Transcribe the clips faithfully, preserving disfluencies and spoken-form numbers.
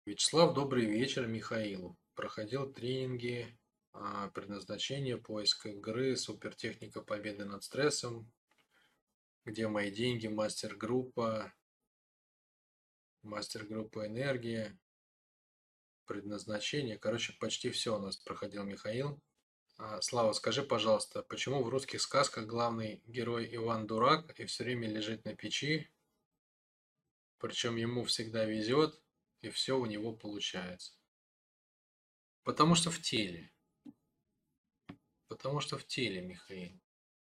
Вячеслав, добрый вечер, Михаил. Проходил тренинги а, предназначения, поиска игры, супертехника победы над стрессом, где мои деньги, мастер-группа, мастер-группа энергия, предназначение. Короче, почти все у нас проходил Михаил. А, Слава, скажи, пожалуйста, почему в русских сказках главный герой Иван дурак и все время лежит на печи, причем ему всегда везет и все у него получается? Потому что в теле. Потому что в теле, Михаил.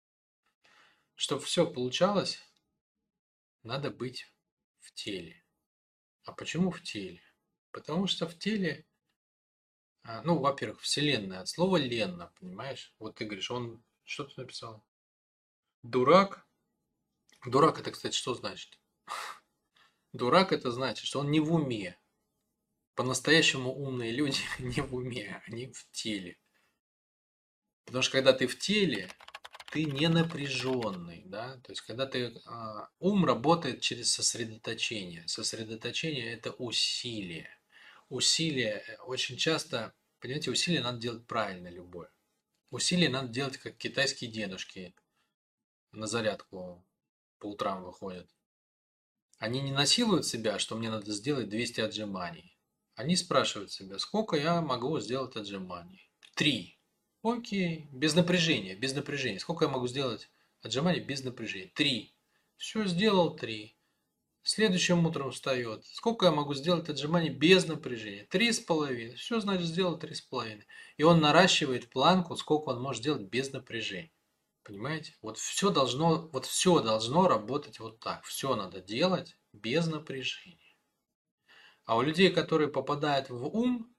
Чтобы все получалось, надо быть в теле. А почему в теле? Потому что в теле, а, ну, во-первых, Вселенная от слова Ленна, понимаешь? Вот ты говоришь, он что ты написал? Дурак. Дурак это, кстати, что значит? Дурак это значит, что он не в уме. По-настоящему умные люди не в уме, они в теле. Потому что когда ты в теле, ты не напряженный, да, то есть когда ты а, ум работает через сосредоточение. Сосредоточение это усилие. Усилие э, очень часто, понимаете, усилие надо делать правильно любое. Усилие надо делать как китайские дедушки на зарядку по утрам выходят. Они не насилуют себя, что мне надо сделать двести отжиманий. Они спрашивают себя, сколько я могу сделать отжиманий? Три. Окей, без напряжения, без напряжения. Сколько я могу сделать отжиманий без напряжения? Три. Все, сделал три. Следующим утром встает. Сколько я могу сделать отжиманий без напряжения? Три с половиной. Все, значит, сделал три с половиной. И он наращивает планку, сколько он может делать без напряжения. Понимаете? Вот все должно, вот все должно работать вот так. Все надо делать без напряжения. А у людей, которые попадают в ум,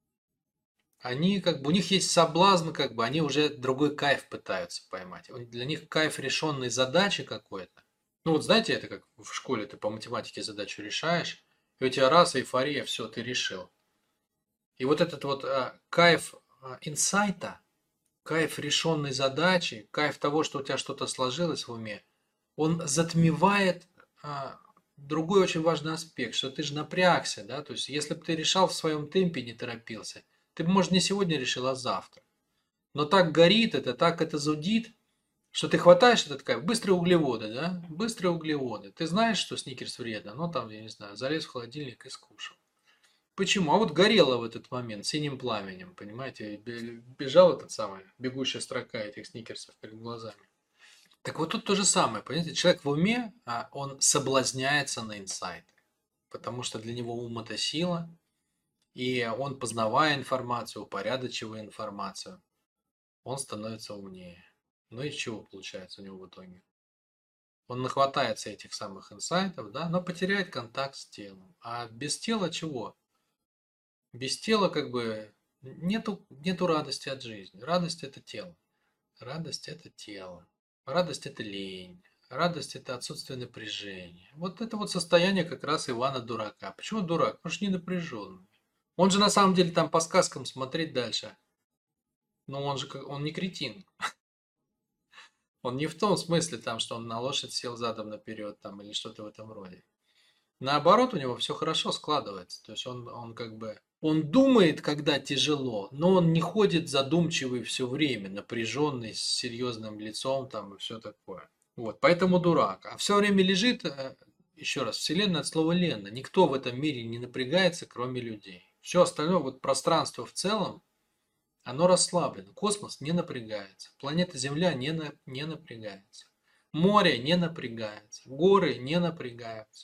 они как бы, у них есть соблазн, как бы, они уже другой кайф пытаются поймать. Для них кайф решенной задачи какой-то. Ну вот знаете, это как в школе ты по математике задачу решаешь, и у тебя раз эйфория, все, ты решил. И вот этот вот а, кайф а, инсайта, кайф решенной задачи, кайф того, что у тебя что-то сложилось в уме, он затмевает а, другой очень важный аспект, что ты же напрягся, да, то есть если бы ты решал в своем темпе, не торопился, ты бы, может, не сегодня решил, а завтра. Но так горит это, так это зудит, что ты хватаешь этот кайф, быстрые углеводы, да, быстрые углеводы. Ты знаешь, что сникерс вредно, но там, я не знаю, залез в холодильник и скушал. Почему? А вот горело в этот момент синим пламенем, понимаете, бежал этот самый, бегущая строка этих сникерсов перед глазами. Так вот тут то же самое, понимаете, человек в уме, а он соблазняется на инсайты, потому что для него ум это сила, и он, познавая информацию, упорядочивая информацию, он становится умнее. Ну и чего получается у него в итоге? Он нахватается этих самых инсайтов, да, но потеряет контакт с телом. А без тела чего? Без тела как бы нету, нету радости от жизни. Радость это тело. Радость это тело. Радость это лень. Радость это отсутствие напряжения. Вот это вот состояние как раз Ивана Дурака. Почему дурак? Потому что не напряженный. Он же на самом деле там по сказкам смотреть дальше. Но он же он не кретин. Он не в том смысле, там, что он на лошадь сел задом наперед там, или что-то в этом роде. Наоборот, у него все хорошо складывается. То есть он, он как бы он думает, когда тяжело, но он не ходит задумчивый все время, напряженный, с серьезным лицом там и все такое. Вот, поэтому дурак. А все время лежит, э, еще раз, вселенная от слова Лена. Никто в этом мире не напрягается, кроме людей. Все остальное, вот пространство в целом, оно расслаблено. Космос не напрягается. Планета Земля не, на, не напрягается. Море не напрягается. Горы не напрягаются.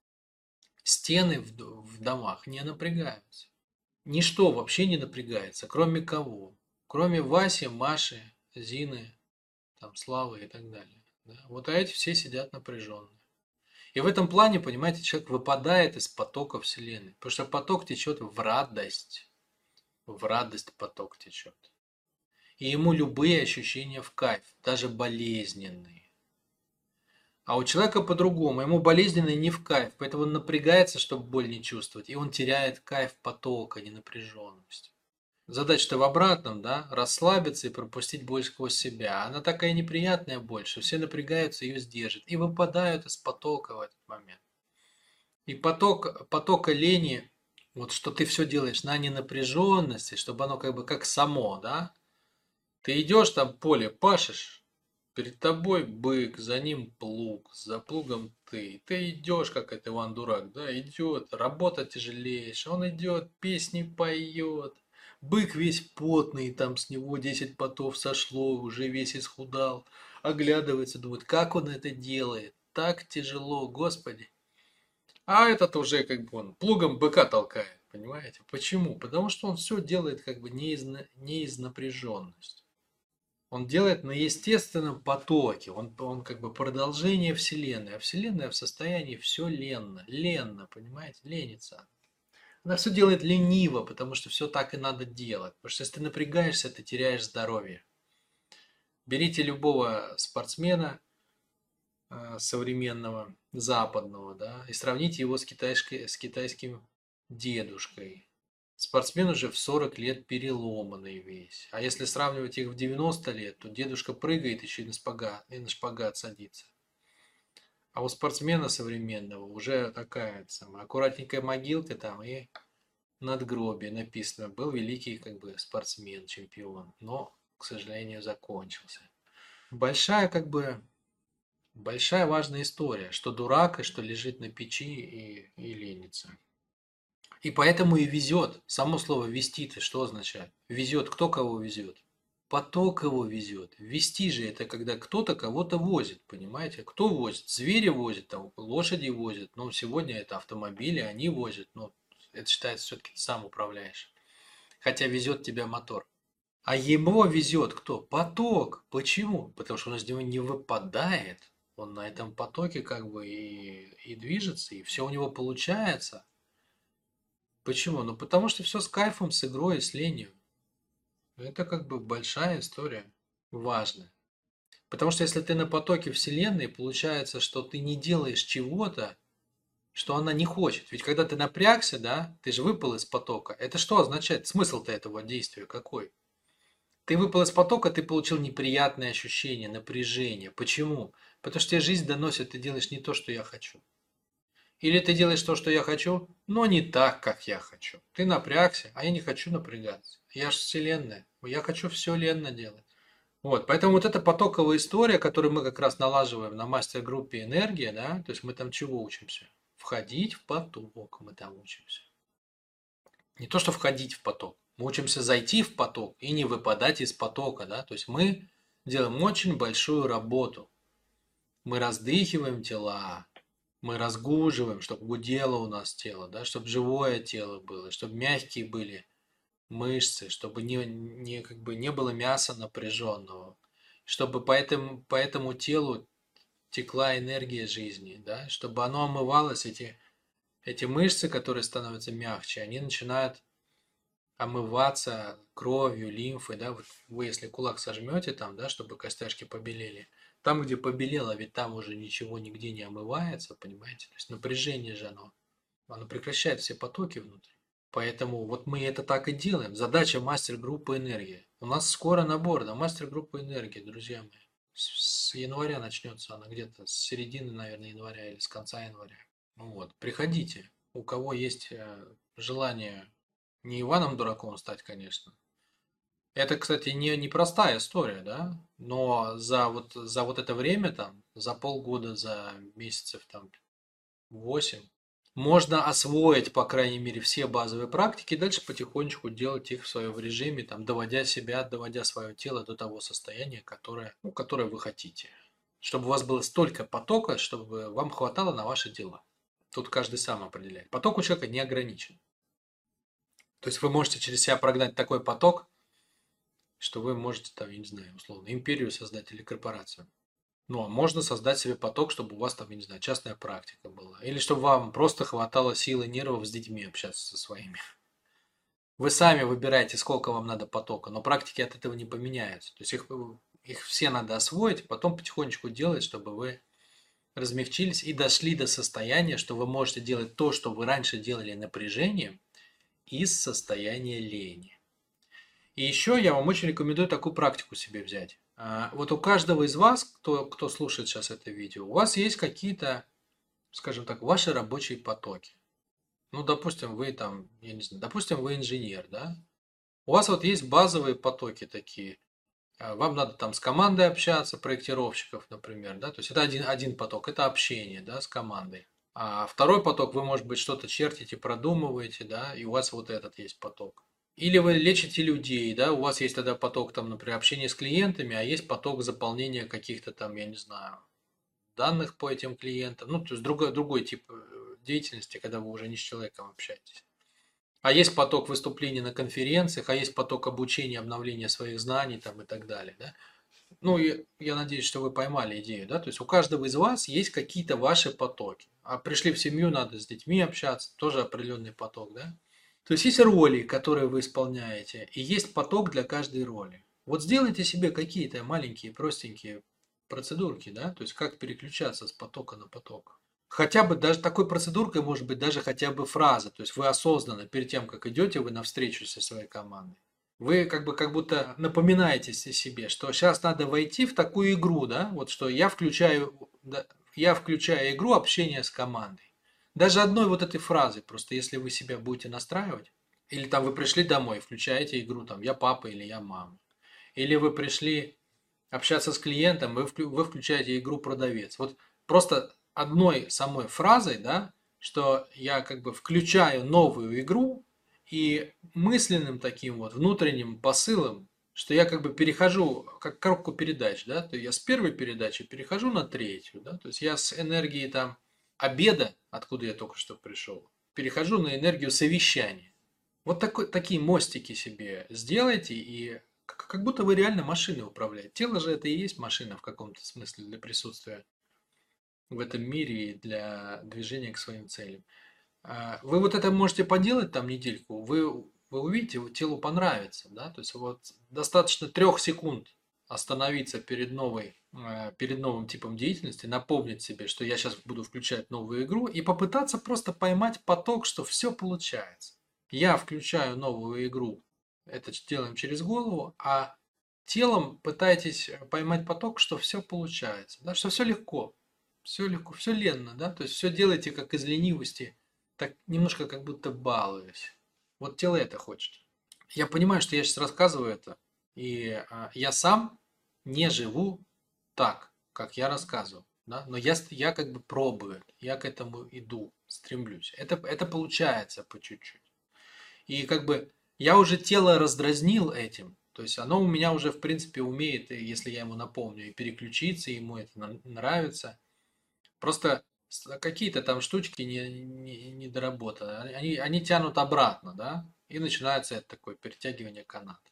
Стены в, в домах не напрягаются. Ничто вообще не напрягается, кроме кого? Кроме Васи, Маши, Зины, там, Славы и так далее. Да? Вот а эти все сидят напряженные. И в этом плане, понимаете, человек выпадает из потока Вселенной. Потому что поток течет в радость. В радость поток течет. И ему любые ощущения в кайф, даже болезненные. А у человека по-другому, ему болезненный не в кайф, поэтому он напрягается, чтобы боль не чувствовать, и он теряет кайф потока, не напряженность. Задача-то в обратном, да, расслабиться и пропустить боль сквозь себя. Она такая неприятная боль, что все напрягаются, ее сдержат и выпадают из потока в этот момент. И поток, потока лени Вот что ты все делаешь на ненапряженности, чтобы оно как бы как само, да? Ты идешь там поле, пашешь, перед тобой бык, за ним плуг, за плугом ты. Ты идешь, как это Иван Дурак, да, идет, работа тяжелейшая, он идет, песни поет. Бык весь потный, там с него десять потов сошло, уже весь исхудал. Оглядывается, думает, как он это делает? Так тяжело, Господи. А этот уже как бы он плугом быка толкает, понимаете? Почему? Потому что он все делает как бы не из, на- не из напряженности. Он делает на естественном потоке. Он, он как бы продолжение Вселенной. А Вселенная в состоянии все ленно. Ленно, понимаете? Ленится. Она все делает лениво, потому что все так и надо делать. Потому что если ты напрягаешься, ты теряешь здоровье. Берите любого спортсмена э, современного, западного, да, и сравните его с, китайской, с китайским дедушкой. Спортсмен уже в сорок лет переломанный весь. А если сравнивать их в девяносто лет, то дедушка прыгает еще и на шпагат, и на шпагат садится. А у спортсмена современного уже такая самая аккуратненькая могилка там и надгробие написано. Был великий как бы спортсмен, чемпион, но, к сожалению, закончился. Большая как бы большая важная история, что дурак и что лежит на печи и, и ленится. И поэтому и везет. Само слово вести-то что означает? Везет. Кто кого везет? Поток его везет. Вести же это когда кто-то кого-то возит, понимаете? Кто возит? Звери возят, там, лошади возят. Но сегодня это автомобили, они возят. Но это считается все-таки ты сам управляешь. Хотя везет тебя мотор. А ему везет кто? Поток. Почему? Потому что он из него не выпадает. Он на этом потоке как бы и, и движется, и все у него получается. Почему? Ну потому что все с кайфом, с игрой, с ленью. Это как бы большая история. Важная. Потому что если ты на потоке Вселенной, получается, что ты не делаешь чего-то, что она не хочет. Ведь когда ты напрягся, да, ты же выпал из потока. Это что означает? Смысл-то этого действия какой? Ты выпал из потока, ты получил неприятные ощущения, напряжение. Почему? Потому что тебе жизнь доносит, ты делаешь не то, что я хочу. Или ты делаешь то, что я хочу, но не так, как я хочу. Ты напрягся, а я не хочу напрягаться. Я же вселенная. Я хочу все ленно делать. Вот, поэтому вот эта потоковая история, которую мы как раз налаживаем на мастер-группе «Энергия», да, то есть мы там чего учимся? Входить в поток мы там учимся. Не то, что входить в поток. Мы учимся зайти в поток и не выпадать из потока, да, то есть мы делаем очень большую работу. Мы раздыхиваем тела, мы разгуживаем, чтобы гудело у нас тело, да, чтобы живое тело было, чтобы мягкие были мышцы, чтобы не, не, как бы не было мяса напряженного, чтобы по этому, по этому телу текла энергия жизни, да, чтобы оно омывалось, эти, эти мышцы, которые становятся мягче, они начинают омываться кровью, лимфой, да, вот вы если кулак сожмете там, да, чтобы костяшки побелели, там, где побелело, ведь там уже ничего нигде не омывается, понимаете, то есть напряжение же оно, оно прекращает все потоки внутри. Поэтому вот мы это так и делаем. Задача мастер-группы «Энергия». У нас скоро набор на мастер-группу «Энергия», друзья мои. С, с января начнется она где-то, с середины, наверное, января или с конца января. Ну вот, приходите. У кого есть э, желание не Иваном Дураком стать, конечно. Это, кстати, не непростая история, да? Но за вот, за вот это время, там, за полгода, за месяцев, там, восемь, можно освоить, по крайней мере, все базовые практики и дальше потихонечку делать их в своем режиме, там, доводя себя, доводя свое тело до того состояния, которое, ну, которое вы хотите. Чтобы у вас было столько потока, чтобы вам хватало на ваши дела. Тут каждый сам определяет. Поток у человека не ограничен. То есть вы можете через себя прогнать такой поток, что вы можете, там, я не знаю, условно, империю создать или корпорацию. Ну, а можно создать себе поток, чтобы у вас там, я не знаю, частная практика была. Или чтобы вам просто хватало силы нервов с детьми общаться со своими. Вы сами выбираете, сколько вам надо потока, но практики от этого не поменяются. То есть их, их все надо освоить, потом потихонечку делать, чтобы вы размягчились и дошли до состояния, что вы можете делать то, что вы раньше делали напряжением, из состояния лени. И еще я вам очень рекомендую такую практику себе взять. А, Вот у каждого из вас, кто, кто слушает сейчас это видео, у вас есть какие-то, скажем так, ваши рабочие потоки. Ну, допустим, вы там, я не знаю, допустим, вы инженер, да? У вас вот есть базовые потоки такие. А, Вам надо там с командой общаться, проектировщиков, например, да? То есть это один, один поток, это общение, да, с командой. А второй поток, вы, может быть, что-то чертите, продумываете, да, и у вас вот этот есть поток. Или вы лечите людей, да, у вас есть тогда поток, там, например, общения с клиентами, а есть поток заполнения каких-то там, я не знаю, данных по этим клиентам. Ну, то есть другой, другой тип э, деятельности, когда вы уже не с человеком общаетесь. А есть поток выступлений на конференциях, а есть поток обучения, обновления своих знаний там и так далее, да. Ну, и я надеюсь, что вы поймали идею, да, то есть у каждого из вас есть какие-то ваши потоки. А пришли в семью, надо с детьми общаться, тоже определенный поток, да. То есть есть роли, которые вы исполняете, и есть поток для каждой роли. Вот сделайте себе какие-то маленькие, простенькие процедурки, да, то есть как переключаться с потока на поток. Хотя бы даже такой процедуркой может быть даже хотя бы фраза, то есть вы осознанно перед тем, как идете вы на встречу со своей командой, вы как бы как будто напоминаете себе, что сейчас надо войти в такую игру, да, вот что я включаю, да, я включаю игру общения с командой. Даже одной вот этой фразы, просто если вы себя будете настраивать, или там вы пришли домой, включаете игру, там, я папа или я мама. Или вы пришли общаться с клиентом, вы, вклю- вы включаете игру продавец. Вот просто одной самой фразой, да, что я как бы включаю новую игру и мысленным таким вот внутренним посылом, что я как бы перехожу, как коробку передач, да, то я с первой передачи перехожу на третью, да, то есть я с энергии там обеда, откуда я только что пришел, перехожу на энергию совещания. Вот такой, такие мостики себе сделайте, и как, как будто вы реально машиной управляете. Тело же это и есть машина в каком-то смысле для присутствия в этом мире и для движения к своим целям. А, Вы вот это можете поделать там недельку, вы, вы увидите, вот телу понравится, да, то есть вот достаточно трех секунд остановиться перед новой, э, перед новым типом деятельности, напомнить себе, что я сейчас буду включать новую игру и попытаться просто поймать поток, что все получается. Я включаю новую игру, это делаем через голову, а телом пытаетесь поймать поток, что все получается, да, что все легко, все легко, все ленно, да, то есть все делайте как из ленивости, так немножко как будто балуюсь. Вот тело это хочет. Я понимаю, что я сейчас рассказываю это, и а, я сам не живу так, как я рассказываю, да, но я, я как бы пробую, я к этому иду, стремлюсь. Это, это получается по чуть-чуть. И как бы я уже тело раздразнил этим, то есть оно у меня уже в принципе умеет, если я ему напомню, и переключиться, и ему это нравится. Просто какие-то там штучки не, не, недоработаны. Они, они тянут обратно, да, и начинается это такое перетягивание каната.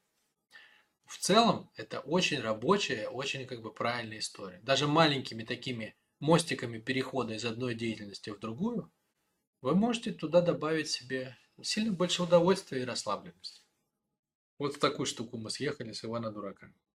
В целом, это очень рабочая, очень как бы правильная история. Даже маленькими такими мостиками перехода из одной деятельности в другую, вы можете туда добавить себе сильно больше удовольствия и расслабленности. Вот в такую штуку мы съехали с Ивана Дурака.